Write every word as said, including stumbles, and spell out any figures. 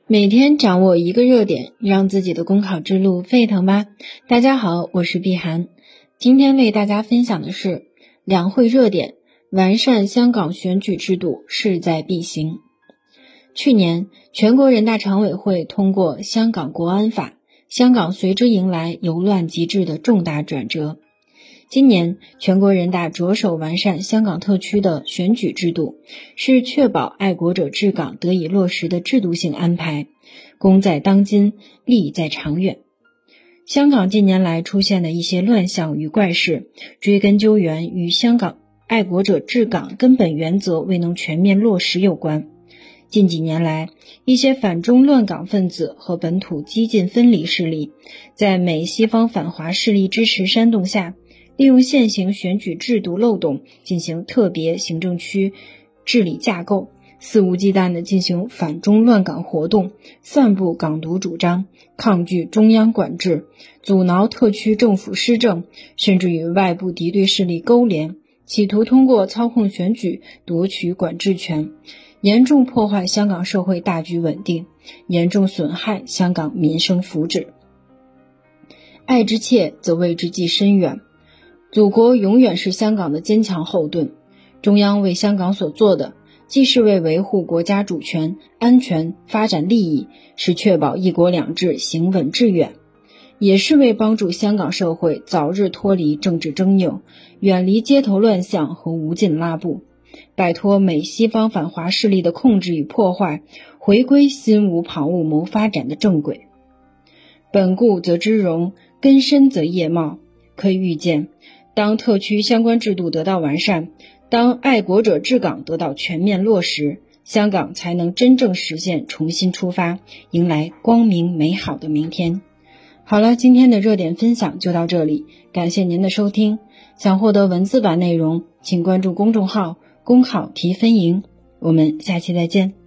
每天掌握一个热点，让自己的公考之路沸腾吧。大家好，我是碧涵，今天为大家分享的是两会热点，完善香港选举制度势在必行。去年全国人大常委会通过香港国安法，香港随之迎来由乱及治的重大转折。今年全国人大着手完善香港特区的选举制度，是确保爱国者治港得以落实的制度性安排，功在当今，利在长远。香港近年来出现的一些乱象与怪事，追根究源与香港爱国者治港根本原则未能全面落实有关。近几年来，一些反中乱港分子和本土激进分离势力，在美西方反华势力支持煽动下，利用现行选举制度漏洞进行特别行政区治理架构，肆无忌惮地进行反中乱港活动，散布港独主张，抗拒中央管制，阻挠特区政府施政，甚至与外部敌对势力勾连，企图通过操控选举夺取管制权，严重破坏香港社会大局稳定，严重损害香港民生福祉。爱之切，则为之计深远。祖国永远是香港的坚强后盾，中央为香港所做的，既是为维护国家主权、安全、发展利益，是确保一国两制行稳致远，也是为帮助香港社会早日脱离政治争拗，远离街头乱象和无尽拉布，摆脱美西方反华势力的控制与破坏，回归心无旁骛谋发展的正轨。本固则知荣，根深则叶茂。可以预见，当特区相关制度得到完善，当爱国者治港得到全面落实，香港才能真正实现重新出发，迎来光明美好的明天。好了，今天的热点分享就到这里，感谢您的收听。想获得文字版内容，请关注公众号公考提分营，我们下期再见。